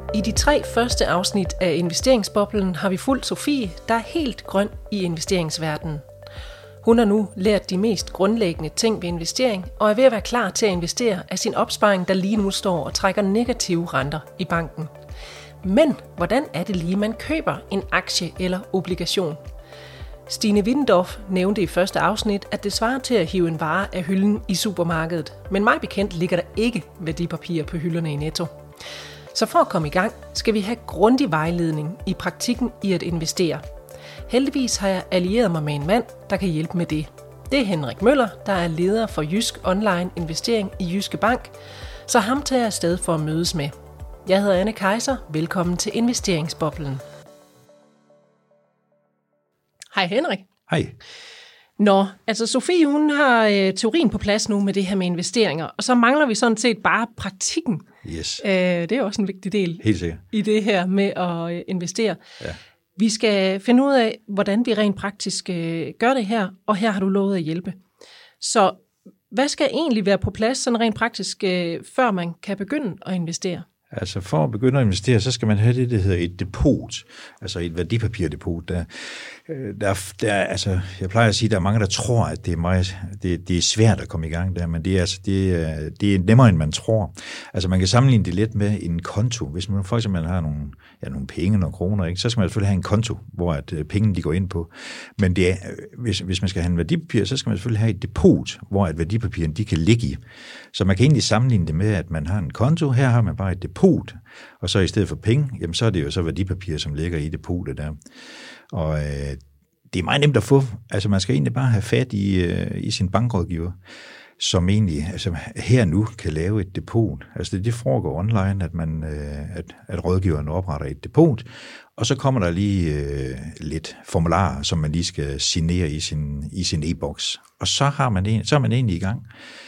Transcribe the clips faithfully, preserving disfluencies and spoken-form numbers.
I de tre første afsnit af Investeringsboblen har vi fulgt Sofie, der er helt grøn i investeringsverdenen. Hun har nu lært de mest grundlæggende ting ved investering og er ved at være klar til at investere af sin opsparing, der lige nu står og trækker negative renter i banken. Men hvordan er det lige, man køber en aktie eller obligation? Stine Wittendorf nævnte i første afsnit, at det svarer til at hive en vare af hylden i supermarkedet. Men mig bekendt ligger der ikke værdipapirer på hylderne i Netto. Så for at komme i gang, skal vi have grundig vejledning i praktikken i at investere. Heldigvis har jeg allieret mig med en mand, der kan hjælpe med det. Det er Henrik Møller, der er leder for Jysk Online Investering i Jyske Bank, så ham tager jeg afsted for at mødes med. Jeg hedder Anne Kejser. Velkommen til Investeringsboblen. Hej Henrik. Hej. Nå, altså Sofie, hun har øh, teorien på plads nu med det her med investeringer, og så mangler vi sådan set bare praktikken. Yes. Øh, det er også en vigtig del Helt sikkert. i det her med at øh, investere. Ja. Vi skal finde ud af, hvordan vi rent praktisk øh, gør det her, og her har du lovet at hjælpe. Så hvad skal egentlig være på plads sådan rent praktisk, øh, før man kan begynde at investere? Altså for at begynde at investere, så skal man have det, der hedder et depot, altså et værdipapirdepot. Der, der, der, altså, jeg plejer at sige, at der er mange, der tror, at det er, meget, det, det er svært at komme i gang der, men det er, altså, det, er, det er nemmere, end man tror. Altså man kan sammenligne det lidt med en konto. Hvis man for eksempel har nogle, ja, nogle penge, nogle kroner, ikke, så skal man selvfølgelig have en konto, hvor at pengene de går ind på. Men det er, hvis, hvis man skal have en værdipapir, så skal man selvfølgelig have et depot, hvor at værdipapirerne de kan ligge i. Så man kan egentlig sammenligne det med, at man har en konto. Her har man bare et depot, og så i stedet for penge, jamen så er det jo så værdipapirer, som ligger i depotet der. Og øh, det er meget nemt at få. Altså man skal egentlig bare have fat i, øh, i sin bankrådgiver, som egentlig altså, her nu kan lave et depot. Altså det, det foregår online, at, man, øh, at, at rådgiveren opretter et depot, og så kommer der lige øh, lidt formularer, som man lige skal signere i sin, i sin e-boks. Og så, har man, så er man egentlig i gang.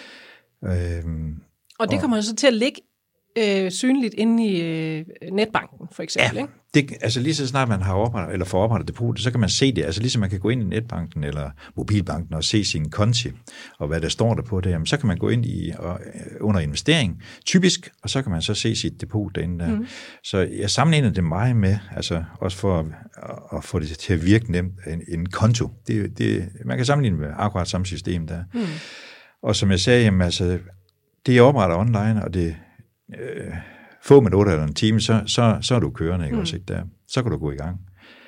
Øh, og det kommer og, så til at ligge Øh, synligt inde i øh, netbanken, for eksempel, ja, ikke? Det, altså lige så snart man har oprettet, eller får oprettet depotet, så kan man se det. Altså ligesom man kan gå ind i netbanken eller mobilbanken og se sin konti, og hvad der står der på det, jamen, så kan man gå ind i og, under investering, typisk, og så kan man så se sit depot derinde der. Mm. Så jeg sammenligner det meget med, altså også for at, at få det til at virke nemt, en, en konto. Det, det, man kan sammenligne med akkurat samme system der. Mm. Og som jeg sagde, jamen, altså, det er oprettet online, og det Øh, få minutter eller en time, så, så, så er du kørende, ikke? Mm. Også, ikke der? Så kan du gå i gang.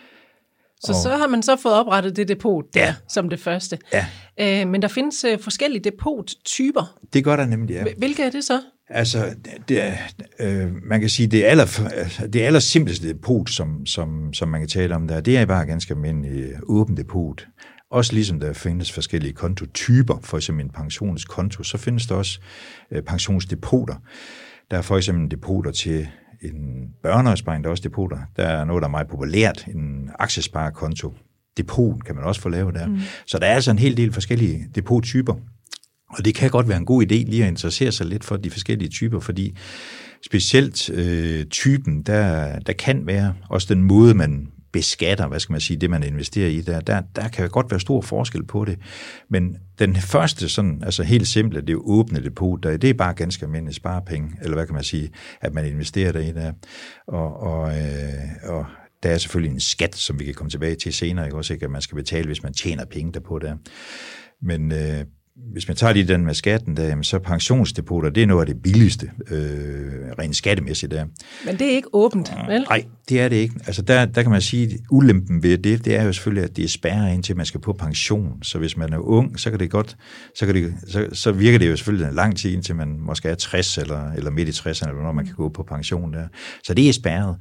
Så og, så har man så fået oprettet det depot der, ja. som det første. Ja. Øh, men der findes øh, forskellige depottyper. Det gør der nemlig, ja. Hvilke er det så? Altså, det er, øh, man kan sige, det aller, det aller simpleste depot, som, som, som man kan tale om der, det er bare ganske almindelig åben depot. Også ligesom der findes forskellige kontotyper, for eksempel en pensionskonto, så findes der også øh, pensionsdepoter. Der er for eksempel depoter til en børneopsparing, der er også depoter. Der er noget, der er meget populært, en aktiesparekonto. Depot kan man også få lavet der. Mm. Så der er altså en hel del forskellige depottyper. Og det kan godt være en god idé lige at interessere sig lidt for de forskellige typer, fordi specielt øh, typen, der, der kan være også den måde, man beskatter, hvad skal man sige, det man investerer i, der, der, der kan godt være stor forskel på det. Men den første, sådan, altså helt simple, det er jo åbne depot, der, det er bare ganske almindelige sparepenge, eller hvad kan man sige, at man investerer der i der. Og, og, øh, og der er selvfølgelig en skat, som vi kan komme tilbage til senere, ikke også, ikke, at man skal betale, hvis man tjener penge der på der. Men øh, hvis man tager lige den med skatten, der, jamen, så pensionsdepoter, det er noget af det billigste, øh, rent skattemæssigt der. Men det er ikke åbent, vel? Nej, det er det ikke. Altså der, der kan man sige, at ulempen ved det, det er jo selvfølgelig, at det er spærret indtil man skal på pension. Så hvis man er ung, så kan det godt, så, kan det, så, så virker det jo selvfølgelig en lang tid, indtil man måske er tres eller, eller midt i tresserne, eller når man kan gå på pension der. Så det er spærret.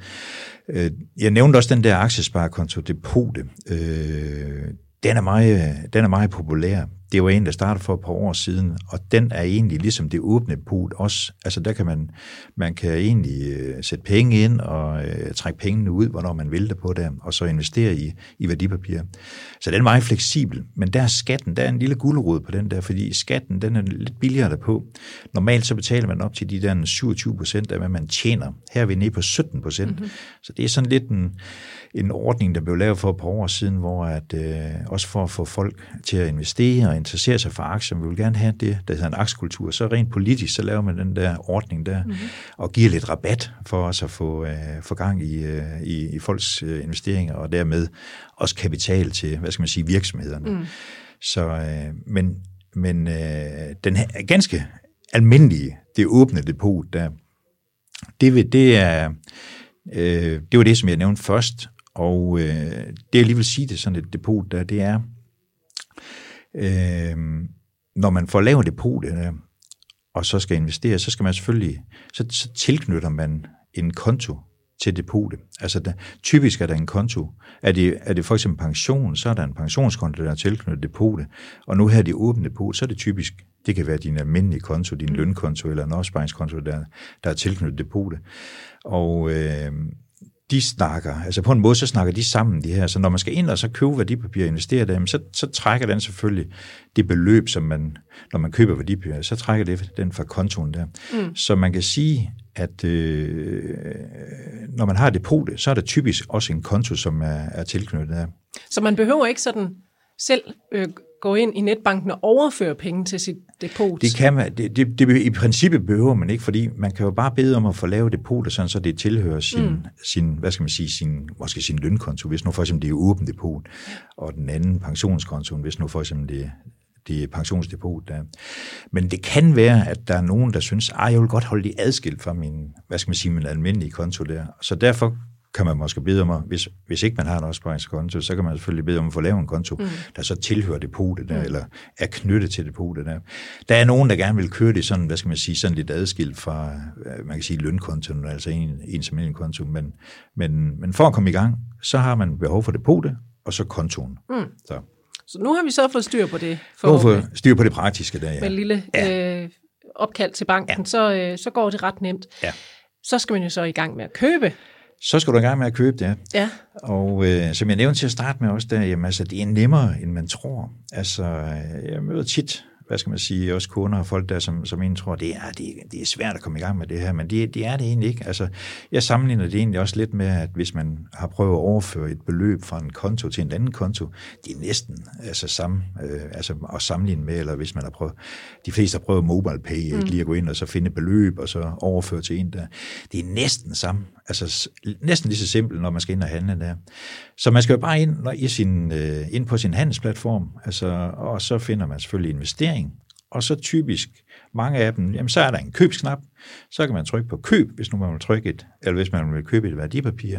Jeg nævnte også den der aktiesparekonto depote. Den er meget, den er meget populær. Det var en, der startede for et par år siden, og den er egentlig ligesom det åbne depot også. Altså der kan man, man kan egentlig uh, sætte penge ind og uh, trække pengene ud, hvornår man vil det på det, og så investere i, i værdipapirer. Så den er meget fleksibel, men der er skatten, der er en lille gulerod på den der, fordi skatten, den er lidt billigere derpå. Normalt så betaler man op til de der syvogtyve procent af, hvad man tjener. Her er vi nede på sytten procent, mm-hmm. Så det er sådan lidt en, en ordning, der blev lavet for et par år siden, hvor at, uh, også for at få folk til at investere og interesserer sig for aktier, vi vil gerne have det, der hedder en aktiekultur, så rent politisk, så laver man den der ordning der, mm-hmm. og giver lidt rabat for os at få, uh, få gang i, uh, i, i folks uh, investeringer, og dermed også kapital til, hvad skal man sige, virksomhederne. Mm. Så, uh, men men uh, den her ganske almindelige, det åbne depot der, det, det er uh, det var det, som jeg nævnte først, og uh, det jeg lige vil sige, det sådan et depot der, det er, Øh, når man får lavet depot der, og så skal investere, så skal man selvfølgelig, så, så tilknytter man en konto til depotet. Altså der, typisk er der en konto. Er det, er det for eksempel pension, så er der en pensionskonto, der er tilknyttet depotet. Og nu her er det åbent depot, så er det typisk, det kan være din almindelige konto, din lønkonto eller en opsparingskonto, der, der er tilknyttet depotet. Og øh, de snakker, altså på en måde, så snakker de sammen, de her. Så når man skal ind og så købe værdipapirer og investere der, så, så trækker den selvfølgelig det beløb, som man, når man køber værdipapirer, så trækker det den fra kontoen der. Mm. Så man kan sige, at øh, når man har depotet, så er der typisk også en konto, som er, er tilknyttet der. Så man behøver ikke sådan selv øh, gå ind i netbanken og overføre penge til sit depot? Det kan man. Det, det, det, I princippet behøver man ikke, fordi man kan jo bare bede om at få lavet depotet, sådan så det tilhører sin, mm. sin, hvad skal man sige, sin, måske sin lønkonto, hvis nu for eksempel det er åbent depot, og den anden pensionskonto, hvis nu for eksempel det, det er pensionsdepot der. Men det kan være, at der er nogen, der synes, at jeg vil godt holde det adskilt fra min, hvad skal man sige, min almindelige konto der. Så derfor kan man måske bede om, at, hvis, hvis ikke man har en opsparingskonto, så kan man selvfølgelig bede om at få lavet en konto, mm. der så tilhører depotet der, mm. eller er knyttet til depotet der. Der er nogen, der gerne vil køre det sådan, hvad skal man sige, sådan lidt adskilt fra, man kan sige, lønkontoen, altså en, en som en konto, men, men, men for at komme i gang, så har man behov for depotet, og så kontoen. Mm. Så. så nu har vi så fået styr på det. Nu har vi fået styr på det praktiske der, ja. Med en lille ja. øh, opkald til banken, ja. så, øh, så går det ret nemt. Ja. Så skal man jo så i gang med at købe. Så skal du i gang med at købe det. Ja. Og øh, som jeg nævnte til at starte med også, der, jamen, altså, det er nemmere, end man tror. Altså, jeg møder tit, hvad skal man sige, også kunder og folk der, som, som egentlig tror, det er, det, det er svært at komme i gang med det her, men det, det er det egentlig ikke. Altså, jeg sammenligner det egentlig også lidt med, at hvis man har prøvet at overføre et beløb fra en konto til en anden konto, det er næsten altså, samme, øh, altså at sammenligne med, eller hvis man har prøvet, de fleste har prøvet MobilePay, mm. ikke lige at gå ind og så finde beløb, og så overføre til en der. Det er næsten samme. Altså næsten lige så simpelt, når man skal ind og handle der. Så man skal jo bare ind, når, i sin, øh, ind på sin handelsplatform, altså, og så finder man selvfølgelig investering, og så typisk mange af dem, jamen så er der en købsknap, så kan man trykke på køb, hvis nu man vil trykke et, eller hvis man vil købe et værdipapir,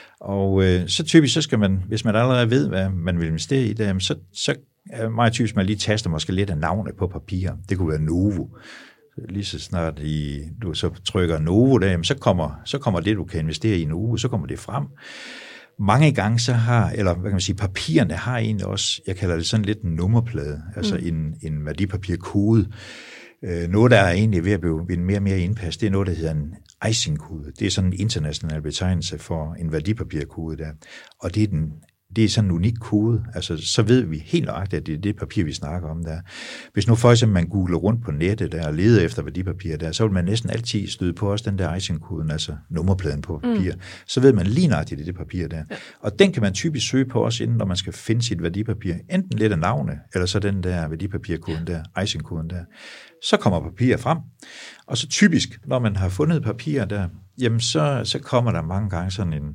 og øh, så typisk, så skal man, hvis man allerede ved, hvad man vil investere i det, så, så er meget typisk, man lige taster måske lidt af navnet på papir. Det kunne være Novo. Lige så snart I, du så trykker Novo der, så kommer, så kommer det, du kan investere i Novo, så kommer det frem. Mange gange så har, eller hvad kan man sige, papirerne har egentlig også, jeg kalder det sådan lidt en nummerplade, altså mm. en, en værdipapirkode. Noget, der er egentlig ved at blive mere og mere indpas, det er noget, der hedder en I S I N-kode. Det er sådan en international betegnelse for en værdipapirkode der, og det er den Det er sådan en unik kode, altså så ved vi helt nøjagtigt, at det er det papir, vi snakker om der. Hvis nu for eksempel man googler rundt på nettet der og leder efter værdipapir der, så vil man næsten altid støde på også den der I S I N-koden, altså nummerpladen på papir. Mm. Så ved man lige nøjagtigt, det er det papir der. Ja. Og den kan man typisk søge på også inden, når man skal finde sit værdipapir. Enten lidt af navnet, eller så den der værdipapirkoden der, I S I N-koden der. Så kommer papirer frem, og så typisk, når man har fundet papir der, jamen så, så kommer der mange gange sådan en,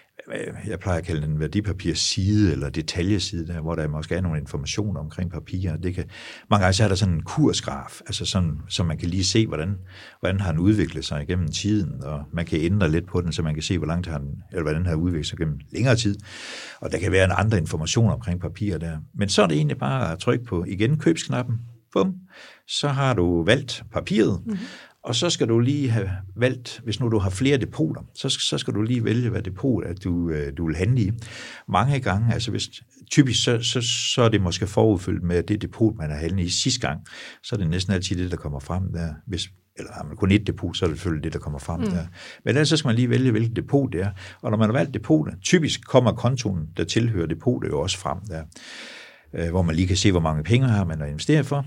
jeg plejer at kalde den værdipapirsside eller detaljeside der, hvor der måske er nogle informationer omkring papirer. Det kan, mange gange så er der sådan en kursgraf, altså sådan, så man kan lige se, hvordan, hvordan har den udviklet sig igennem tiden, og man kan ændre lidt på den, så man kan se, hvor langt har den, eller hvordan den har udviklet sig gennem længere tid. Og der kan være en andre informationer omkring papirer der. Men så er det egentlig bare at trykke på igen købsknappen, bum, så har du valgt papiret, mm-hmm. Og så skal du lige have valgt, hvis nu du har flere depoter, så, så skal du lige vælge, hvad depot at du, du vil handle i. Mange gange, altså hvis, typisk så, så, så er det måske forudfyldt med det depot, man har handlet i sidste gang, så er det næsten altid det, der kommer frem der. Hvis, eller har man kun et depot, så er det selvfølgelig det, der kommer frem mm. der. Men ellers så skal man lige vælge, hvilket depot det er. Og når man har valgt depotet, typisk kommer kontoen, der tilhører depotet, jo også frem der, hvor man lige kan se, hvor mange penge har man at investere for.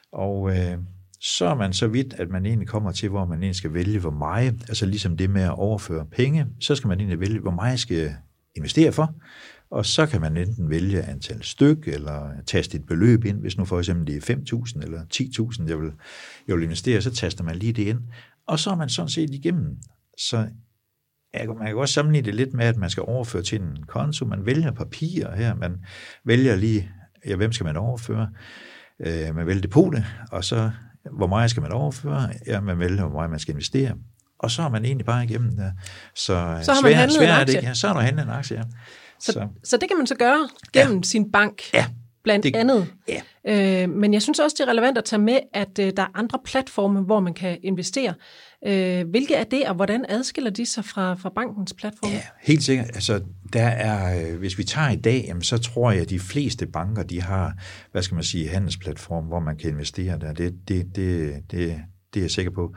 Og øh, så er man så vidt, at man egentlig kommer til, hvor man egentlig skal vælge, hvor meget, altså ligesom det med at overføre penge, så skal man egentlig vælge, hvor meget skal investere for, og så kan man enten vælge antal styk, eller taste et beløb ind, hvis nu for eksempel det er fem tusind eller ti tusind, jeg vil, jeg vil investere, så taster man lige det ind, og så er man sådan set igennem. Så man kan også sammenligne det lidt med, at man skal overføre til en konto, man vælger papirer her, man vælger lige, ja, hvem skal man overføre, øh, man vælger depotet, og så hvor meget skal man overføre, ja, man vælger, hvor meget man skal investere, og så er man egentlig bare igennem der. Så, så har man handlet en aktie. Ja, så har du handlet en aktie, ja. Så, så. så det kan man så gøre gennem ja. sin bank, ja. blandt det, andet. Ja. Øh, men jeg synes også, det er relevant at tage med, at øh, der er andre platforme, hvor man kan investere. Øh, hvilke er det, og hvordan adskiller de sig fra, fra bankens platform? Ja, helt sikkert. Altså, der er, hvis vi tager i dag, jamen, så tror jeg, at de fleste banker, de har, hvad skal man sige, handelsplatform, hvor man kan investere der. Det, det, det, det, det er jeg sikker på.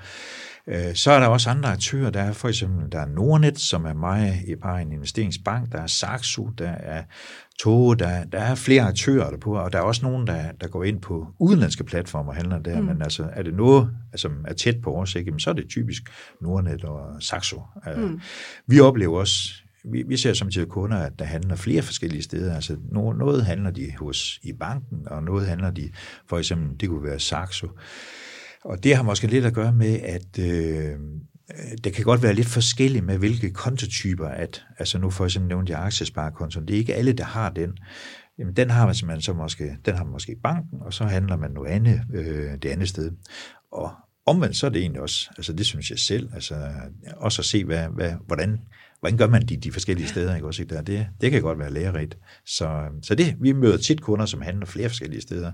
Så er der også andre aktører. Der er for eksempel der er Nordnet, som er meget bare en investeringsbank. Der er Saxo, der er Toge, der, der er flere aktører der på, og der er også nogen, der, der går ind på udenlandske platformer og handler der. Mm. Men altså, er det noget, som er tæt på os, ikke? Så er det typisk Nordnet og Saxo. Mm. Vi oplever også, vi, vi ser som til kunder, at der handler flere forskellige steder. Altså noget, noget handler de hos i banken, og noget handler de, for eksempel, det kunne være Saxo. Og det har måske lidt at gøre med, at øh, det kan godt være lidt forskelligt med, hvilke kontotyper, at, altså nu for eksempel nævnte jeg aktiesparekontoen, det er ikke alle, der har den. Jamen, den har man så måske, den har man måske i banken, og så handler man noget andet øh, det andet sted. Og omvendt så er det egentlig også, altså det synes jeg selv, altså også at se, hvad, hvad, hvordan, hvordan gør man de, de forskellige steder, ikke også, ikke der? Det, det kan godt være lærerigt. Så, så det, vi møder tit kunder, som handler flere forskellige steder.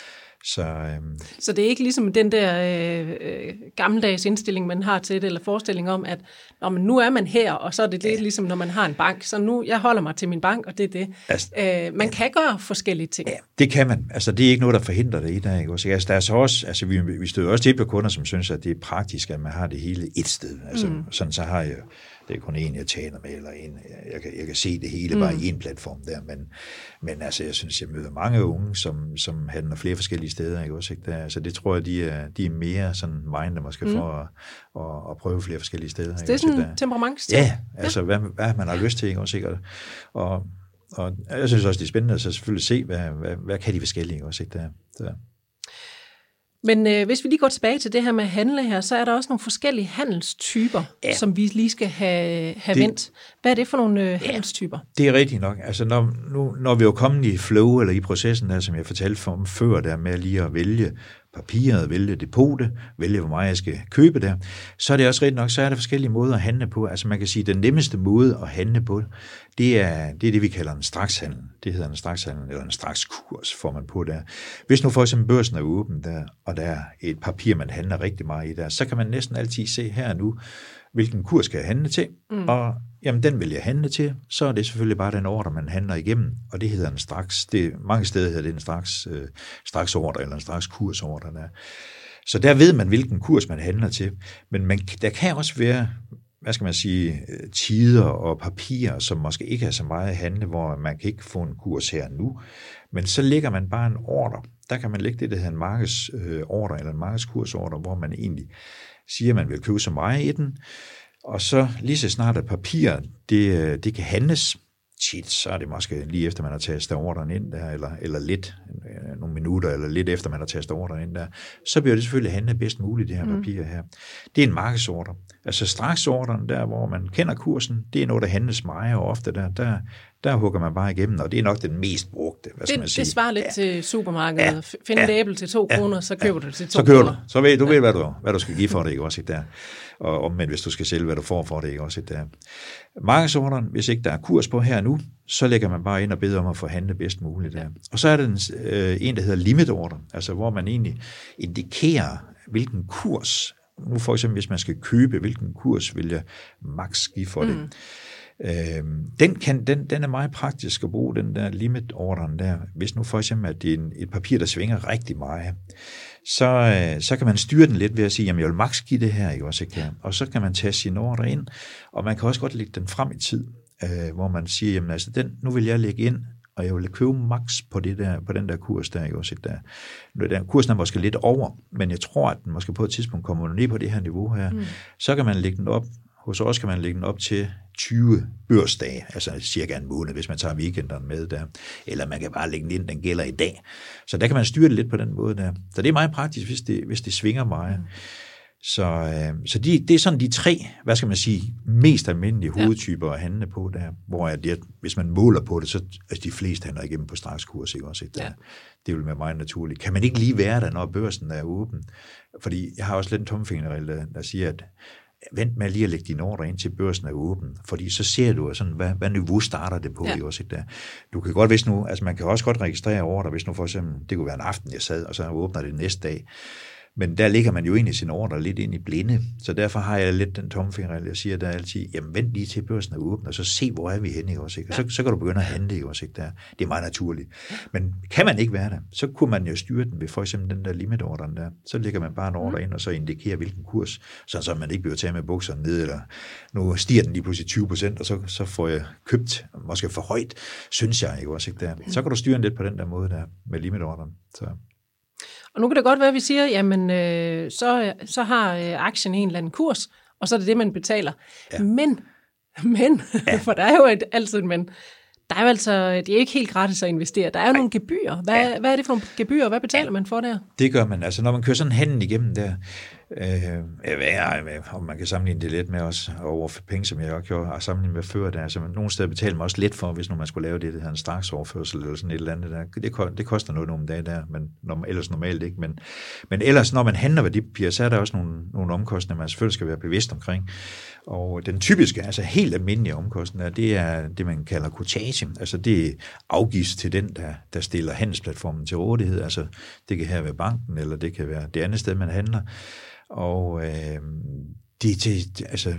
Så, øhm. så det er ikke ligesom den der øh, gammeldags indstilling, man har til det, eller forestilling om, at når man, nu er man her, og så er det lidt ja. ligesom, når man har en bank. Så nu, jeg holder mig til min bank, og det er det. Altså, øh, man ja. kan gøre forskellige ting. Ja, det kan man. Altså, det er ikke noget, der forhindrer det i dag. Ikke? Altså, der er så også, altså, vi, vi støder også til på kunder, som synes, at det er praktisk, at man har det hele et sted. Altså, mm. sådan så har jeg, det er kun en, jeg taler med, eller en, jeg, kan, jeg kan se det hele mm. bare i en platform der, men, men altså, jeg synes, jeg møder mange unge, som, som handler flere forskellige steder, ikke også, ikke? Der, altså, det tror jeg, de er, de er mere sådan minded måske mm. for at, at, at prøve flere forskellige steder. Så det er sådan en temperamentsting? Ja, altså, ja. Hvad, hvad man har lyst til, ikke også, ikke? Og, og jeg synes også, det er spændende at selvfølgelig se, hvad, hvad, hvad kan de forskellige, ikke også, ikke? Der, der. Men øh, hvis vi lige går tilbage til det her med at handle her, så er der også nogle forskellige handelstyper, ja. som vi lige skal have, have det, vendt. Hvad er det for nogle øh, handelstyper? Ja, det er rigtigt nok. Altså når, nu, når vi er kommet i flow, eller i processen der, som jeg fortalte om før, der med lige at vælge papiret, vælge depotet, vælge hvor meget jeg skal købe der, så er det også rigtigt nok, så er der forskellige måder at handle på. Altså man kan sige, at den nemmeste måde at handle på, det er det, er det vi kalder en strakshandel. Det hedder en strakshandel, eller en strakskurs får man på der. Hvis nu for eksempel børsen er åben der, og der er et papir, man handler rigtig meget i der, så kan man næsten altid se her nu, hvilken kurs skal jeg handle til, mm. og jamen, den vil jeg handle til, så er det selvfølgelig bare den ordre, man handler igennem, og det hedder en straks, det, mange steder hedder det en straks, øh, straks ordre, eller en straks kursordre der. Så der ved man, hvilken kurs man handler til, men man, der kan også være, hvad skal man sige, tider og papirer, som måske ikke er så meget at handle, hvor man kan ikke få en kurs her nu, men så lægger man bare en ordre, der kan man lægge det, der hedder en markedsordre, eller en markedskursordre, hvor man egentlig siger, at man vil købe så meget i den, og så lige så snart at papir, det, det kan handles, tit, så er det måske lige efter, man har tastet ordren ind der, eller, eller lidt, nogle minutter, eller lidt efter, man har tastet ordren ind der, så bliver det selvfølgelig handlet bedst muligt, det her mm. papir her. Det er en markedsordre. Altså straksordren, der hvor man kender kursen, det er noget, der handles meget og ofte der, der, der hugger man bare igennem, og det er nok den mest brugte, hvad skal det, man sige. Det svarer lidt ja. til supermarkedet. Ja. Find ja. et æble til to ja. kroner, så køber ja. du det til to så køber kroner. Du. Så ved du, ja. ved, hvad, du, hvad du skal give for det, ikke også, ikke der. Og omvendt, hvis du skal sælge, hvad du får for det, ikke også, ikke der. Markedsordren, hvis ikke der er kurs på her nu, så lægger man bare ind og beder om at forhandle bedst muligt der. Og så er der en, øh, en der hedder limitordre, altså hvor man egentlig indikerer, hvilken kurs, nu for eksempel hvis man skal købe, hvilken kurs vil jeg maks give for det. Mm. Øhm, den, kan, den, den er meget praktisk at bruge, den der limitordren der. Hvis nu for eksempel at det er en, et papir, der svinger rigtig meget, så, øh, så kan man styre den lidt ved at sige, jamen jeg vil maks give det her, ikke også, ikke her? Og så kan man tage sin ordre ind, og man kan også godt lægge den frem i tid, øh, hvor man siger, jamen altså den, nu vil jeg lægge ind, og jeg vil købe maks på, det der, på den der kurs der, ikke også, ikke der. Der kursen er måske lidt over, men jeg tror, at den måske på et tidspunkt kommer ned på det her niveau her, mm. så kan man lægge den op. Hos os kan man lægge den op til tyve børsdage, altså cirka en måned, hvis man tager weekenderne med der, eller man kan bare lægge den ind, den gælder i dag. Så der kan man styre det lidt på den måde der. Så det er meget praktisk, hvis det, hvis det svinger meget. Mm. Så, øh, så de, det er sådan de tre, hvad skal man sige, mest almindelige hovedtyper ja. At handle på der, hvor at det, hvis man måler på det, så altså de fleste handler igennem på strakskurs, ikke også? Der, ja. Det vil være meget naturligt. Kan man ikke lige være der, når børsen er åben? Fordi jeg har også lidt en tomfingerregel, der, der siger, at vent med lige at lægge dine ordre ind til børsen er åben, fordi så ser du, sådan, hvad, hvad niveau starter det på, ja. Ikke også? Der. Du kan godt, hvis nu, altså man kan også godt registrere ordre, hvis nu for eksempel, det kunne være en aften, jeg sad, og så åbner det næste dag. Men der ligger man jo egentlig sin ordre lidt ind i blinde, så derfor har jeg lidt den tomfingerregel, jeg siger der altid, jamen vent lige til børsen er åben, og så se, hvor er vi henne, ikke også? Ikke? Så, så kan du begynde at handle, ikke også? Ikke? Der, det er meget naturligt. Men kan man ikke være der, så kunne man jo styre den ved for eksempel den der limitordren der. Så lægger man bare en ordre ind, og så indikerer hvilken kurs, sådan så man ikke bliver taget med bukserne ned, eller nu stiger den lige pludselig tyve procent, og så, så får jeg købt, måske for højt, synes jeg, ikke også? Ikke? Der. Så kan du styre den lidt på den der måde der, med limitordren. Så... Og nu kan det godt være, at vi siger, jamen øh, så, så har øh, aktien en eller anden kurs, og så er det det, man betaler. Ja. Men, men ja. For der er jo et, altid et men, der er jo altså, det er ikke helt gratis at investere. Der er jo Ej. Nogle gebyrer. Hvad, ja. Hvad er det for nogle gebyrer, hvad betaler ja. Man for der? Det gør man. Altså når man kører sådan en handel igennem der, øh, om man kan sammenligne det lidt med os over penge, som jeg også gjorde, og sammenligne med før der. Altså nogle steder betaler man også lidt for, hvis nu man skulle lave det, det her en straksoverførsel eller sådan et eller andet der. Det, det koster noget nogle dage der, men når, ellers normalt ikke. Men, men ellers, når man handler værdipapirer, så er der også nogle, nogle omkostninger, man selvfølgelig skal være bevidst omkring. Og den typiske, altså helt almindelige omkostninger, det er det, man kalder kortage. Altså det er afgift til den, der, der stiller handelsplatformen til rådighed. Altså det kan her være banken, eller det kan være det andet sted, man handler. Og øh, det til, altså,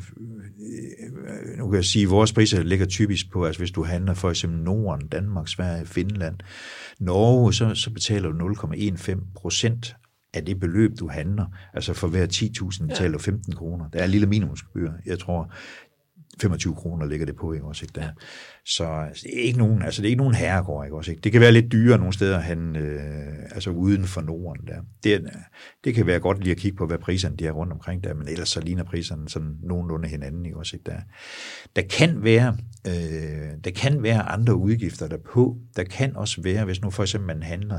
nu kan jeg sige, at vores priser ligger typisk på, altså hvis du handler for eksempel Norden, Danmark, Sverige, Finland, Norge, så, så betaler du nul komma fem procent af det beløb, du handler. Altså for hver ti tusind betaler du femten kroner. Der er en lille minimumsgebyr. Jeg tror, femogtyve kroner ligger det på, ikke også, ikke der. Så det er ikke nogen, altså det er ikke nogen herregård, ikke også, ikke. Det kan være lidt dyrere nogle steder, han, øh, altså uden for Norden der. Det, det kan være godt lige at kigge på, hvad priserne de er rundt omkring der, men ellers så ligner priserne sådan nogenlunde hinanden, ikke også, ikke der. Der kan være, øh, der kan være andre udgifter derpå. Der kan også være, hvis nu for eksempel man handler,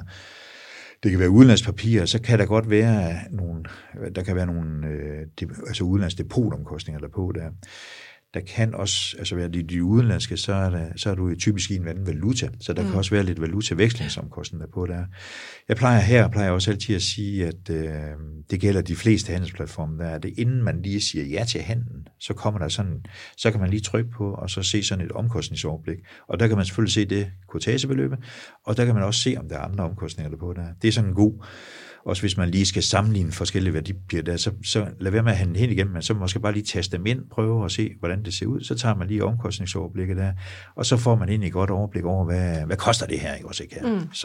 det kan være udenlandspapirer, så kan der godt være nogle, der kan være nogle, øh, de, altså udenlandsdepotomkostninger derpå der. Der kan også, altså være de, de udenlandske, så er, der, så er du typisk i en anden valuta, så der mm. kan også være lidt valutavekslingsomkostninger på der. Jeg plejer her, plejer også altid at sige, at øh, det gælder de fleste handelsplatformer, der er det, inden man lige siger ja til handlen, så kommer der sådan, så kan man lige trykke på, og så se sådan et omkostningsoverblik, og der kan man selvfølgelig se det kortagebeløbet, og der kan man også se, om der er andre omkostninger der på der. Det er sådan en god, også hvis man lige skal sammenligne forskellige værdipapirer der, så, så lad være med at handle hen igennem, men så måske bare lige taste dem ind, prøve at se, hvordan det ser ud, så tager man lige omkostningsoverblikket der, og så får man egentlig et godt overblik over, hvad, hvad koster det her, ikke også ikke her? Mm. Så,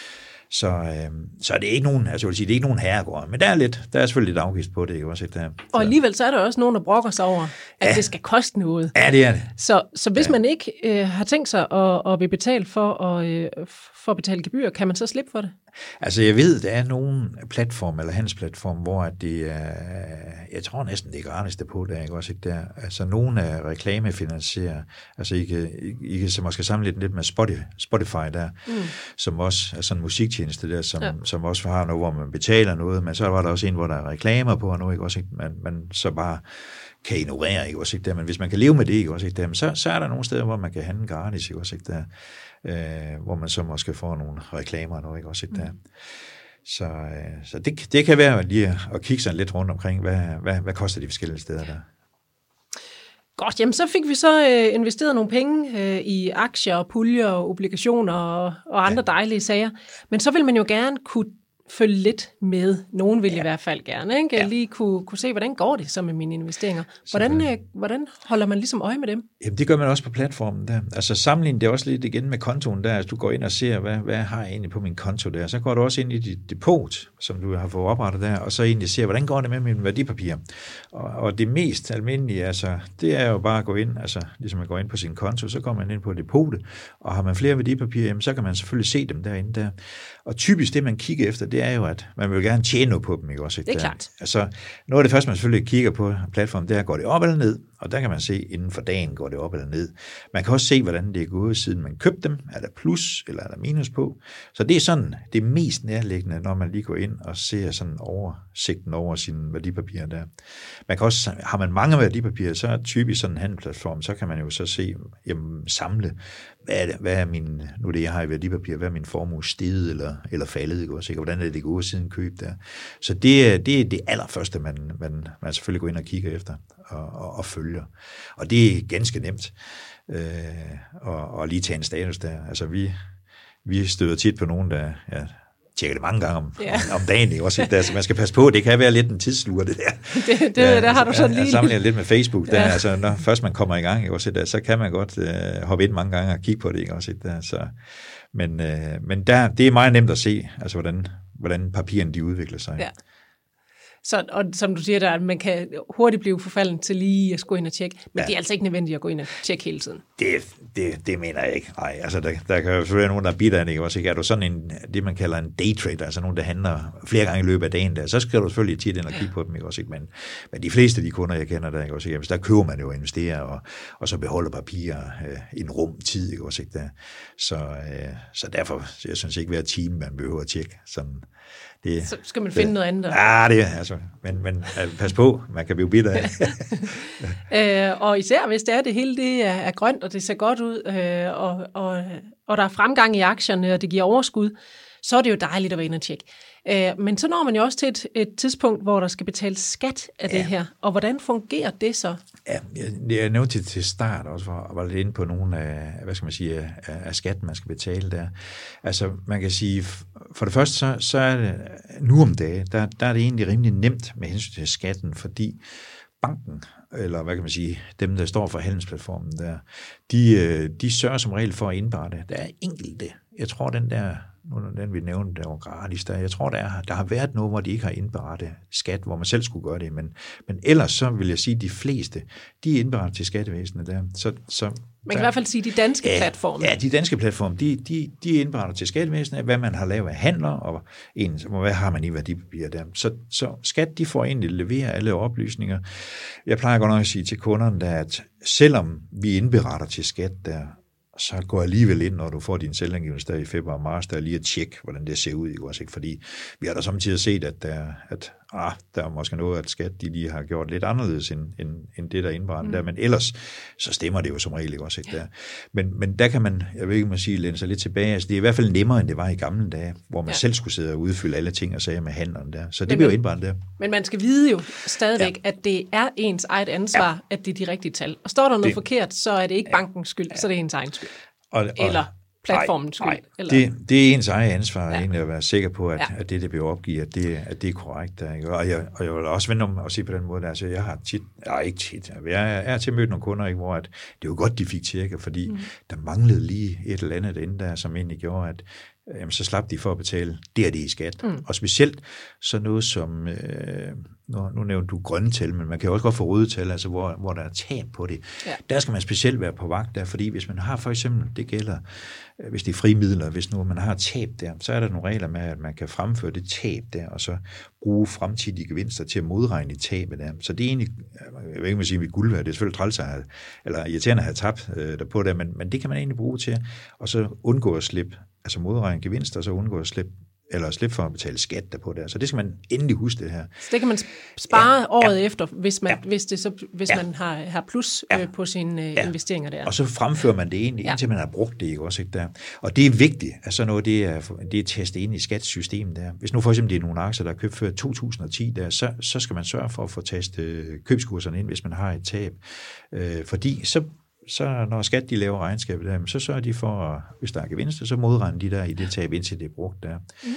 så, øh, så er det ikke nogen, altså jeg vil sige, det er ikke nogen herregård, men der er lidt, der er selvfølgelig lidt afgift på det, ikke også ikke der? Og alligevel så er der også nogen, der brokker sig over, at ja. Det skal koste noget. Ja, det er det. Så, så hvis ja. Man ikke øh, har tænkt sig at, at blive betalt for at, øh, for at betale gebyr, kan man så slippe for det? Altså jeg ved, der er nogle platform eller handelsplatform, hvor det er, jeg tror næsten det er gratis det på der, ikke også ikke der. Altså nogle af reklamefinansiere, altså I kan, I kan måske sammenligne lidt med Spotify, Spotify der, mm. som også er sådan en musiktjeneste der, som, ja. Som også har noget, hvor man betaler noget, men så var der også en, hvor der er reklamer på og noget, ikke også ikke, man, man så bare kan ignorere, ikke også ikke der, men hvis man kan leve med det, ikke også ikke der, så, så er der nogle steder, hvor man kan handle gratis, ikke også ikke der, øh, hvor man så måske får nogle reklamer og noget, ikke også ikke der. Mm. Så, øh, så det, det kan være lige at, at kigge sådan lidt rundt omkring, hvad, hvad, hvad koster de forskellige steder der. Godt, jamen så fik vi så øh, investeret nogle penge øh, i aktier, puljer, obligationer og, og andre ja. Dejlige sager, men så vil man jo gerne kunne følge lidt med. Nogen vil ja. I hvert fald gerne, ikke? Ja. Lige kunne, kunne se, hvordan går det så med mine investeringer. Hvordan, øh, hvordan holder man ligesom øje med dem? Jamen, det gør man også på platformen der. Altså sammenligne det også lidt igen med kontoen der. Altså, du går ind og ser, hvad, hvad har jeg egentlig på min konto der. Så går du også ind i dit depot, som du har fået oprettet der, og så egentlig ser, hvordan går det med mine værdipapirer. Og, og det mest almindelige, altså, det er jo bare at gå ind, altså ligesom man går ind på sin konto, så går man ind på depotet, og har man flere værdipapirer, jamen, så kan man selvfølgelig se dem derinde der. Og typisk det, man kigger efter, det er jo, at man vil gerne tjene noget på dem, ikke også? Ikke? Det er klart. Altså, noget af det første, man selvfølgelig kigger på platformen, det er, går det op eller ned? og der kan man se, inden for dagen går det op eller ned. Man kan også se, hvordan det er gået, siden man købte dem. Er der plus, eller er der minus på? Så det er sådan det mest nærliggende, når man lige går ind og ser sådan oversigten over sine værdipapirer der. Man kan også, har man mange værdipapirer, så er typisk sådan en handelsplatform, så kan man jo så se, jamen, samle, hvad er, det, hvad er min, nu det jeg har i værdipapir, hvad er min formue steget eller, eller faldet, ikke også? Hvordan er det gået siden køb der? Så det, det er det allerførste, man, man, man selvfølgelig går ind og kigger efter og, og, og følger. Og det er ganske nemt øh, og, og lige tage en status der. Altså vi, vi støder tit på nogen, der ja, tjekker det mange gange om, ja. om, om dagen. Ikke? Også, der, så man skal passe på, det kan være lidt en tidsluger, det der. Det, det ja, der har du sådan lige... Jeg sammenligner lidt med Facebook. Der, ja. Altså, når først man kommer i gang, ikke? Også, der, så kan man godt øh, hoppe ind mange gange og kigge på det. Ikke? Også, der, så, men øh, men der, det er meget nemt at se, altså, hvordan, hvordan papirerne de udvikler sig. Ja. Så, og som du siger der, at man kan hurtigt blive forfalden til lige at gå ind og tjekke, men ja. Det er altså ikke nødvendigt at gå ind og tjekke hele tiden. Det, det, det mener jeg ikke. Nej, altså der, der kan jo selvfølgelig være nogen, der er bitter af det, også ikke? Er du sådan en, det man kalder en daytrader, altså nogen, der handler flere gange i løbet af dagen der, så skal du selvfølgelig tit ind og kigge på dem, ikke? Også, ikke? Men, men de fleste af de kunder, jeg kender der, ikke? Også, ikke? Der køber man jo og investerer, og, og så beholder papirer øh, en rum tid, ikke? Også, ikke? Der. Så, øh, så derfor, så jeg synes ikke, hver time, man behøver at tjekke sådan. Det, så skal man finde det, noget andet. Ja, det er altså, men, men pas på, man kan blive bitter af. øh, og især hvis det er, det hele det er, er grønt, og det ser godt ud, øh, og, og, og der er fremgang i aktierne, og det giver overskud, så er det jo dejligt at være inde og tjekke. Øh, men så når man jo også til et, et tidspunkt, hvor der skal betales skat af ja. Det her, og hvordan fungerer det så? Ja, jeg, jeg nævnte til, til start også, hvor jeg var lidt inde på nogle af, hvad skal man sige, af, af skatten, man skal betale der. Altså, man kan sige, for det første, så, så er det, nu om dagen, der, der er det egentlig rimelig nemt med hensyn til skatten, fordi banken, eller hvad kan man sige, dem, der står for handelsplatformen der, de, de sørger som regel for at indbare det. Der er enkelte. Jeg tror, den der, nu den vi nævnte, der var gratis der, jeg tror, der, er, der har været noget, hvor de ikke har indberettet skat, hvor man selv skulle gøre det, men, men ellers så vil jeg sige, at de fleste, de er indberettet til skattevæsenet der. Så, så, man kan der, i hvert fald sige, de danske ja, platforme. Ja, de danske platforme, de, de, de er indberettet til skattevæsenet, hvad man har lavet af handler, og en, hvad har man i værdipapirer der. Så, så skat, de får egentlig levere alle oplysninger. Jeg plejer godt nok at sige til kunderne, der, at selvom vi indberetter til skat der, så går alligevel ind, når du får din selvangivelse der i februar og marts, der er lige at tjekke, hvordan det ser ud. Ikke? Også, ikke? Fordi vi har da samtidig set, at, der, at ah, der er måske noget, at skat de lige har gjort lidt anderledes, end, end, end det, der er indberettet mm. der. Men ellers, så stemmer det jo som regel ikke også. Ikke? Der. Men, men der kan man, jeg ved ikke, man sige, læne sig lidt tilbage. Altså, det er i hvert fald nemmere, end det var i gamle dage, hvor man ja. selv skulle sidde og udfylde alle ting og sager med handleren der. Så det men, bliver jo indberettet der. Men man skal vide jo stadigvæk, ja. At det er ens eget ansvar, ja. At det er de rigtige tal. Og står der noget det, forkert, så er det ikke ja. Bankens skyld, ja. Så er det ens egen skyld. Og, og, eller platformens skyld. Nej, eller? Det, det er ens eget ansvar ja. Egentlig at være sikker på, at, ja. at det, der bliver opgivet, at det, at det er korrekt. Der, ikke? Og, jeg, og jeg vil også vende om at sige på den måde, altså jeg har tit, jeg ikke tit, jeg er til at møde nogle kunder, ikke, hvor at, det var godt, de fik tjekket, fordi mm. der manglede lige et eller andet inde der, som egentlig gjorde, at jamen, så slap de for at betale det og det i skat. Mm. Og specielt så noget som, øh, nu, nu nævnte du grønne tal, men man kan jo også godt få røde tal, altså hvor, hvor der er tab på det. Ja. Der skal man specielt være på vagt der, fordi hvis man har for eksempel, det gælder, hvis det er frimidler, hvis nu man har tab der, så er der nogle regler med, at man kan fremføre det tab der, og så bruge fremtidige gevinster til at modregne i tabet der. Så det er egentlig, jeg ved ikke, man siger, vi guld værd, det er selvfølgelig træls at have, eller irriterende at have tabt øh, derpå der, men, men det kan man egentlig bruge til, og så undgå at slippe, altså modregne gevinster, og så undgå at slippe eller slippe for at betale skat der på det. Så det skal man endelig huske det her. Så det kan man spare ja, året ja, efter, hvis man, ja, hvis det så, hvis ja, man har, har plus ja, øh, på sine øh, ja, investeringer der. Og så fremfører man det egentlig, ja, indtil man har brugt det. Ikke? Også, ikke der. Og det er vigtigt, at sådan noget, det er, det er testet ind i skattesystemet der. Hvis nu for eksempel det er nogle aktier, der er købt før to tusind og ti der, så, så skal man sørge for at få testet købskurserne ind, hvis man har et tab. Øh, fordi så så når skat de laver regnskabet der, så sørger de for, hvis der er gevinster, så modregner de der i det tab, indtil det er brugt der. Mm.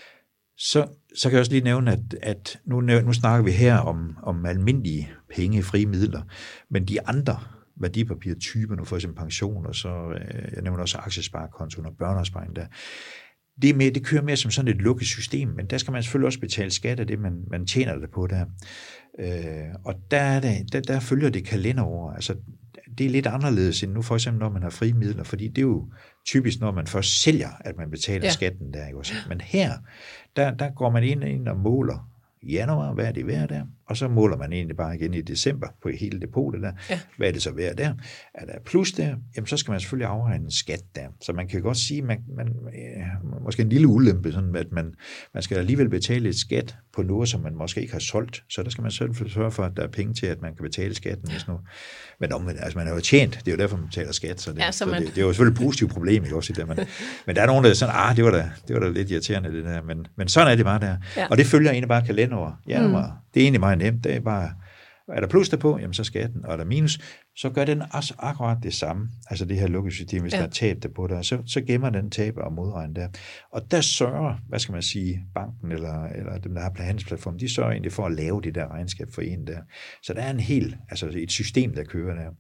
Så, så kan jeg også lige nævne, at, at nu, nu snakker vi her om, om almindelige penge, frie midler, men de andre værdipapirtyper, nu for eksempel pension, og så, jeg nævner også aktiesparekontoen og børneopsparing der, det, er med, det kører mere som sådan et lukket system, men der skal man selvfølgelig også betale skat af det, man, man tjener det på der. Øh, og der, er det, der, der følger det kalenderår, altså det er lidt anderledes end nu for eksempel, når man har frie midler, fordi det er jo typisk, når man først sælger, at man betaler ja. skatten der. Ikke? Men her, der, der går man ind, ind og måler i januar, hvad er det værd der? og så måler man egentlig bare igen i december på hele depotet der. Ja. Hvad er det så værd der? Er der plus der, jamen så skal man selvfølgelig afregne en skat der. Så man kan godt sige, man, man måske en lille ulempe, sådan at man, man skal alligevel betale et skat på noget, som man måske ikke har solgt. Så der skal man selvfølgelig sørge for, at der er penge til, at man kan betale skatten. Hvis nu. Men om, altså, man har jo tjent, det er jo derfor, man betaler skat. Så det, ja, så så man... det, det er jo selvfølgelig et positivt problem, ikke også? Der, men, men der er nogen, der er sådan, ah, det var da, det var da lidt irriterende, det der. Men, men sådan er det bare der. Ja. Og det følger egentlig bare kalenderår. Januar. Mm. Det er egentlig meget nemt. Det er bare, er der plus der på, jamen så skatten. Og er der minus, så gør den også akkurat det samme. Altså det her lukkesystem, hvis ja. der er tab der på der, så, så gemmer den tab og modregner der. Og der sørger, hvad skal man sige, banken eller, eller dem, der har handelsplatformen, de sørger egentlig for at lave det der regnskab for en der. Så der er en hel, altså et system, der kører der.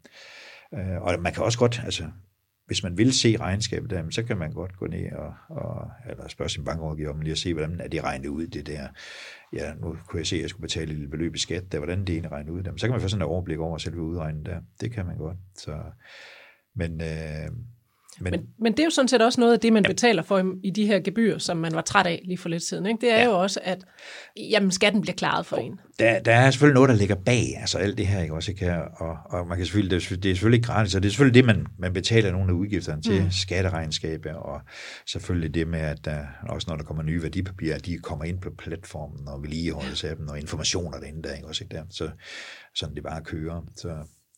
Og man kan også godt, altså hvis man vil se regnskabet der, så kan man godt gå ned og, og eller spørge sin bankrådgiver om lige at se, hvordan er det regnet ud, det der. Ja, nu kunne jeg se, at jeg skulle betale et lille beløb i skat, der, hvordan det egentlig regner ud. Så kan man få sådan et overblik over selve udregningen der. Det kan man godt. Så, men, øh, men, men, men det er jo sådan set også noget af det, man ja. betaler for i, i de her gebyrer, som man var træt af lige for lidt siden. Ikke? Det er ja. jo også, at jamen, skatten bliver klaret for en. Der, der er selvfølgelig noget, der ligger bag, altså alt det her, ikke også, ikke her, og, og man kan selvfølgelig, det er, det er selvfølgelig ikke gratis, og det er selvfølgelig det, man, man betaler nogle af udgifterne til, mm. skatteregnskaber, og selvfølgelig det med, at der, også når der kommer nye værdipapirer, de kommer ind på platformen, og vedligeholdes af dem, og informationer derinde der, ikke også, ikke der, så sådan det bare kører, så...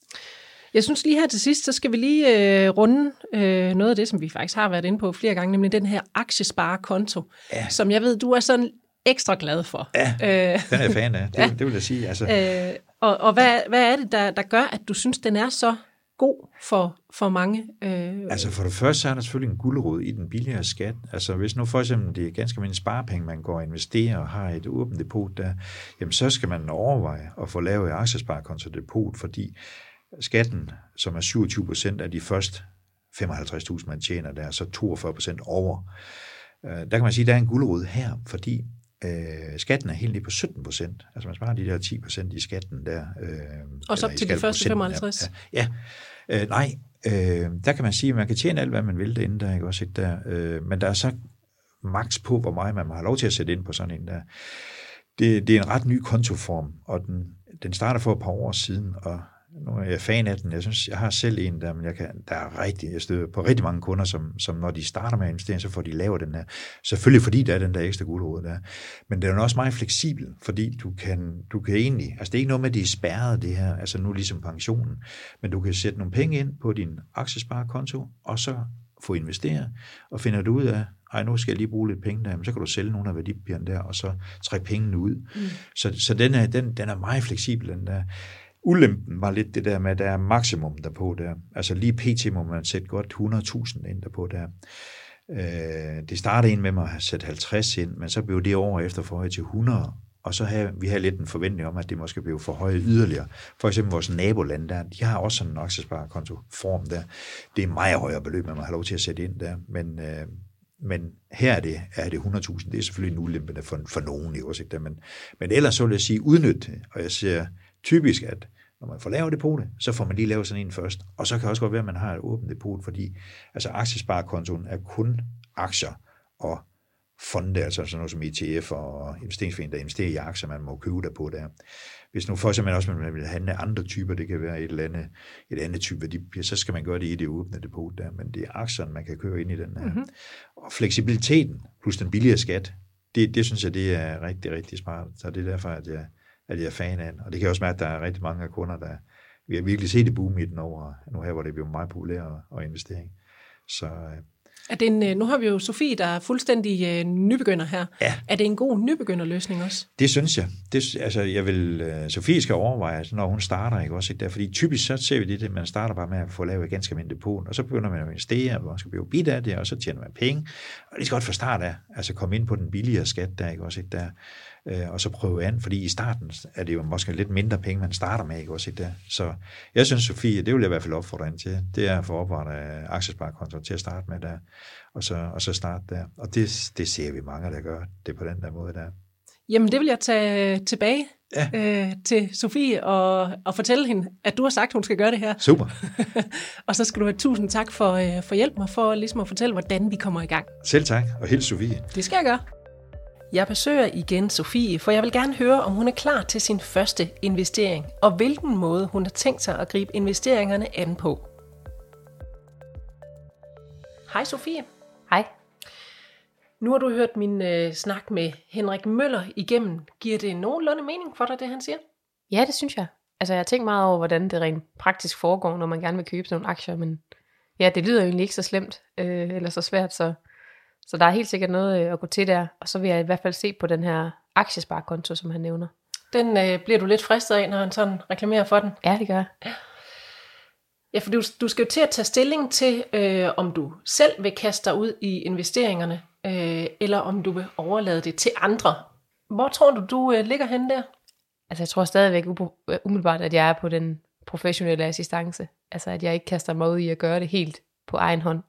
Jeg synes lige her til sidst, så skal vi lige øh, runde øh, noget af det, som vi faktisk har været inde på flere gange, nemlig den her aktiesparekonto, ja. som jeg ved, du er sådan ekstra glad for. Ja, øh, den er jeg fan af, det, ja. det vil jeg sige. Altså. Øh, og og hvad, hvad er det, der, der gør, at du synes, den er så god for, for mange? Øh, altså for det første, så er der selvfølgelig en gulerod i den billigere skat. Altså hvis nu for eksempel det er ganske almindelige sparepenge, man går og investerer og har et åbent depot der, jamen så skal man overveje at få lavet et aktiesparekonto depot, fordi skatten, som er syvogtyve procent af de første femoghalvtreds tusind, man tjener, der er så toogfyrre procent over. Der kan man sige, at der er en gulerod her, fordi øh, skatten er helt lige på sytten procent. Altså man sparer de der ti procent i skatten der. Øh, og så til de første femoghalvtreds? Ja, ja. Øh, nej, øh, der kan man sige, at man kan tjene alt, hvad man vil derinde der, ikke også ikke der. Øh, men der er så maks på, hvor meget man har lov til at sætte ind på sådan en der. Det, det er en ret ny kontoform, og den, den starter for et par år siden, og nu er jeg fan af den. Jeg synes, jeg har selv en der, men jeg kan, der er rigtig, jeg støder på rigtig mange kunder, som, som når de starter med at investere, så får de lavet den her. Selvfølgelig fordi der er den der ekstra gulerod der. Men det er også meget fleksibel, fordi du kan, du kan egentlig, altså det er ikke noget med, at det er spærret det her, altså nu ligesom pensionen, men du kan sætte nogle penge ind på din aktiesparekonto, og så få investeret, og finder du ud af, ej, nu skal jeg lige bruge lidt penge der, men så kan du sælge nogle af værdipapirerne der, og så trække pengene ud. Mm. Så, så den, er, den, den er meget fleksibel, den der. Ulempen var lidt det der med, at der er maksimum derpå der. Altså lige pt. Må man sætte godt hundrede tusind ind derpå der. Øh, det startede ind med mig at sætte halvtreds ind, men så blev det år efter forhøjet til hundrede. Og så har vi har lidt en forventning om, at det måske blev forhøjet yderligere. For eksempel vores naboland der, de har også sådan en aktiesparekontoform der. Det er meget højere beløb, man har lov til at sætte ind der. Men, øh, men her er det, er det hundrede tusind. Det er selvfølgelig en ulempe for, for nogen i også, ikke? Men, men ellers så vil jeg sige udnytte. Og jeg siger typisk, at når man får lavet depotet, så får man lige lavet sådan en først. Og så kan det også godt være, at man har et åbent depot, fordi altså aktiesparekontoen er kun aktier og fonde, altså sådan noget som E T F og investeringsforeninger, der investerer i aktier, man må købe der på der. Hvis nu for eksempel også man vil handle andre typer, det kan være et eller andet, et andet type værdipapir, så skal man gøre det i det åbne depot der, men det er aktierne, man kan købe ind i den her. Mm-hmm. Og fleksibiliteten plus den billigere skat, det, det synes jeg, det er rigtig, rigtig smart. Så det er derfor, at jeg at jeg er fan af den. Og det kan også være, at der er rigtig mange af kunder, der vi har virkelig set det boom i den over, nu her, hvor det bliver meget populært at investere. Så, er det en, nu har vi jo Sofie, der er fuldstændig uh, nybegynder her. Ja. Er det en god nybegynderløsning også? Det synes jeg. Det, altså, jeg vil, uh, Sofie skal overveje, når hun starter, ikke også, ikke der, fordi typisk så ser vi det, at man starter bare med at få lavet et ganske almindeligt depot, og så begynder man at investere, og man skal blive bidt af det, og så tjener man penge. Og det skal godt fra start af, altså komme ind på den billigere skat der, ikke også, ikke der, og så prøve an, fordi i starten er det jo måske lidt mindre penge, man starter med, ikke også, ikke der. Så jeg synes, Sofie, det vil jeg i hvert fald opfordre hende til, det er at få oprettet aktiesparekonto til at starte med der, og så, og så starte der. Og det, det ser vi mange, der gør det på den der måde der. Jamen, det vil jeg tage tilbage ja. øh, til Sofie og, og fortælle hende, at du har sagt, at hun skal gøre det her. Super. Og så skal du have tusind tak for, øh, for hjælp mig, for ligesom at fortælle, hvordan vi kommer i gang. Selv tak, og hils Sofie. Det skal jeg gøre. Jeg besøger igen Sofie, for jeg vil gerne høre, om hun er klar til sin første investering, og hvilken måde hun har tænkt sig at gribe investeringerne an på. Hej Sofie. Hej. Nu har du hørt min øh, snak med Henrik Møller igennem. Giver det nogenlunde mening for dig, det han siger? Ja, det synes jeg. Altså jeg har tænkt meget over, hvordan det rent praktisk foregår, når man gerne vil købe sådan nogle aktier, men ja, det lyder jo egentlig ikke så slemt, øh, eller så svært, så, så der er helt sikkert noget øh, at gå til der, og så vil jeg i hvert fald se på den her aktiesparekonto, som han nævner. Den øh, bliver du lidt fristet af, når han sådan reklamerer for den? Ja, det gør jeg. Ja. Ja, for du, du skal jo til at tage stilling til, øh, om du selv vil kaste dig ud i investeringerne, øh, eller om du vil overlade det til andre. Hvor tror du, du øh, ligger henne der? Altså jeg tror stadigvæk umiddelbart, at jeg er på den professionelle assistance. Altså at jeg ikke kaster mig ud i at gøre det helt på egen hånd.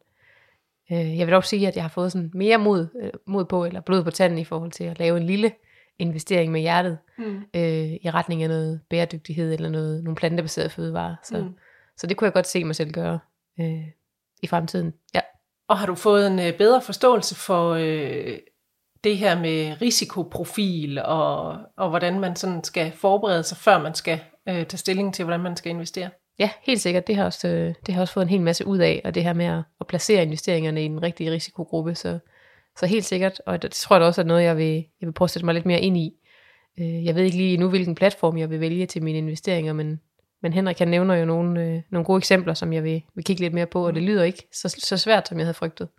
Jeg vil dog sige, at jeg har fået sådan mere mod, mod på, eller blod på tanden i forhold til at lave en lille investering med hjertet, mm. øh, i retning af noget bæredygtighed, eller noget, nogle plantebaserede fødevarer. Så, mm. så det kunne jeg godt se mig selv gøre øh, i fremtiden. Ja. Og har du fået en øh, bedre forståelse for øh, det her med risikoprofil, og, og hvordan man sådan skal forberede sig, før man skal øh, tage stilling til, hvordan man skal investere? Ja, helt sikkert. Det har også, øh, det har også fået en hel masse ud af, og det her med at, at placere investeringerne i den rigtige risikogruppe, så, så helt sikkert, og det tror jeg også er noget, jeg vil, jeg vil prøve at sætte mig lidt mere ind i. Øh, jeg ved ikke lige nu, hvilken platform jeg vil vælge til mine investeringer, men, men Henrik, han nævner jo nogle, øh, nogle gode eksempler, som jeg vil, vil kigge lidt mere på, og det lyder ikke så, så svært, som jeg havde frygtet.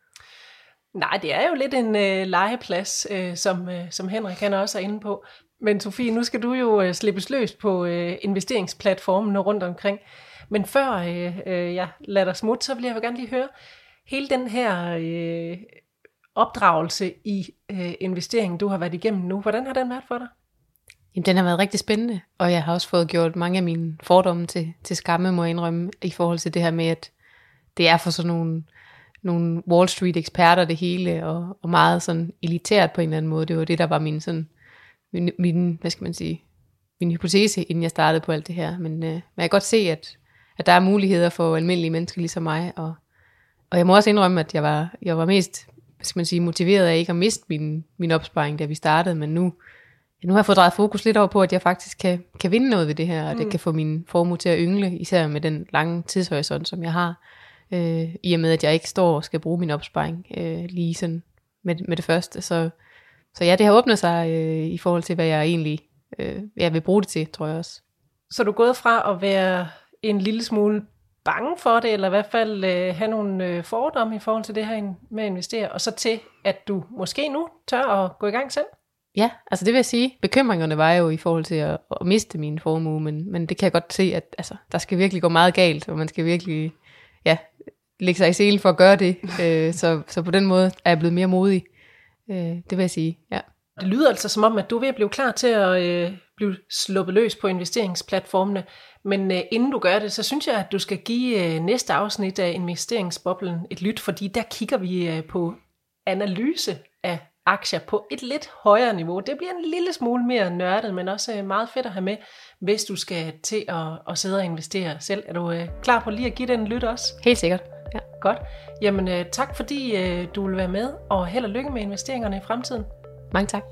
Nej, det er jo lidt en øh, legeplads, øh, som, øh, som Henrik han også er inde på. Men Sofie, nu skal du jo øh, slippes løs på øh, investeringsplatformen rundt omkring. Men før øh, øh, jeg lader dig smutte, så vil jeg jo gerne lige høre, hele den her øh, opdragelse i øh, investeringen, du har været igennem nu, hvordan har den været for dig? Jamen, den har været rigtig spændende, og jeg har også fået gjort mange af mine fordomme til, til skamme, må jeg indrømme, i forhold til det her med, at det er for sådan nogle, nogle Wall Street eksperter det hele, og, og meget sådan elitært på en eller anden måde. Det var det, der var min sådan, min, min hvad skal man sige, min hypotese, inden jeg startede på alt det her. Men, øh, men jeg kan godt se, at, at der er muligheder for almindelige mennesker ligesom mig, og, og jeg må også indrømme, at jeg var, jeg var mest, hvad skal man sige, motiveret af ikke at miste min, min opsparing, da vi startede, men nu, nu har jeg fået drejet fokus lidt over på, at jeg faktisk kan, kan vinde noget ved det her, og mm. det kan få min formue til at yngle, især med den lange tidshorisont, som jeg har, øh, i og med, at jeg ikke står og skal bruge min opsparing øh, lige sådan med, med det første. Så, så ja, det har åbnet sig øh, i forhold til, hvad jeg egentlig øh, jeg vil bruge det til, tror jeg også. Så du er gået fra at være en lille smule bange for det, eller i hvert fald øh, have nogle øh, fordomme i forhold til det her med at investere, og så til, at du måske nu tør at gå i gang selv? Ja, altså det vil jeg sige. Bekymringerne var jo i forhold til at, at miste min formue, men, men det kan jeg godt se, at altså, der skal virkelig gå meget galt, og man skal virkelig ja, lægge sig i selen for at gøre det. øh, så, så på den måde er jeg blevet mere modig. Øh, det vil jeg sige, ja. Det lyder altså som om, at du er ved at blive klar til at øh, blive sluppet løs på investeringsplatformene, men øh, inden du gør det, så synes jeg, at du skal give øh, næste afsnit af Investeringsboblen et lyt, fordi der kigger vi øh, på analyse af aktier på et lidt højere niveau. Det bliver en lille smule mere nørdet, men også øh, meget fedt at have med, hvis du skal til at, at sidde og investere selv. Er du øh, klar på lige at give den en lyt også? Helt sikkert, ja. Godt. Jamen øh, tak fordi øh, du vil være med, og held og lykke med investeringerne i fremtiden. Mange tak.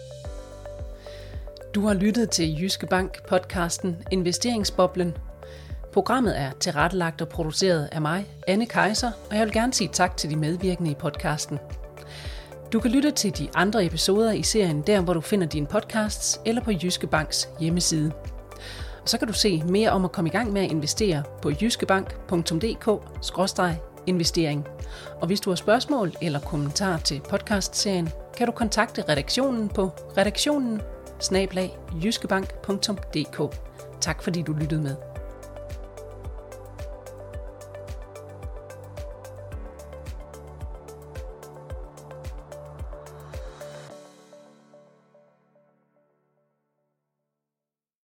Du har lyttet til Jyske Bank podcasten Investeringsboblen. Programmet er tilrettelagt og produceret af mig, Anne Kejser, og jeg vil gerne sige tak til de medvirkende i podcasten. Du kan lytte til de andre episoder i serien der, hvor du finder dine podcasts, eller på Jyske Banks hjemmeside. Og så kan du se mere om at komme i gang med at investere på jyskebank punktum d k skråstreg investering. Og hvis du har spørgsmål eller kommentarer til podcastserien, kan du kontakte redaktionen på redaktionen bindestreg jyskebank punktum d k. Tak fordi du lyttede med.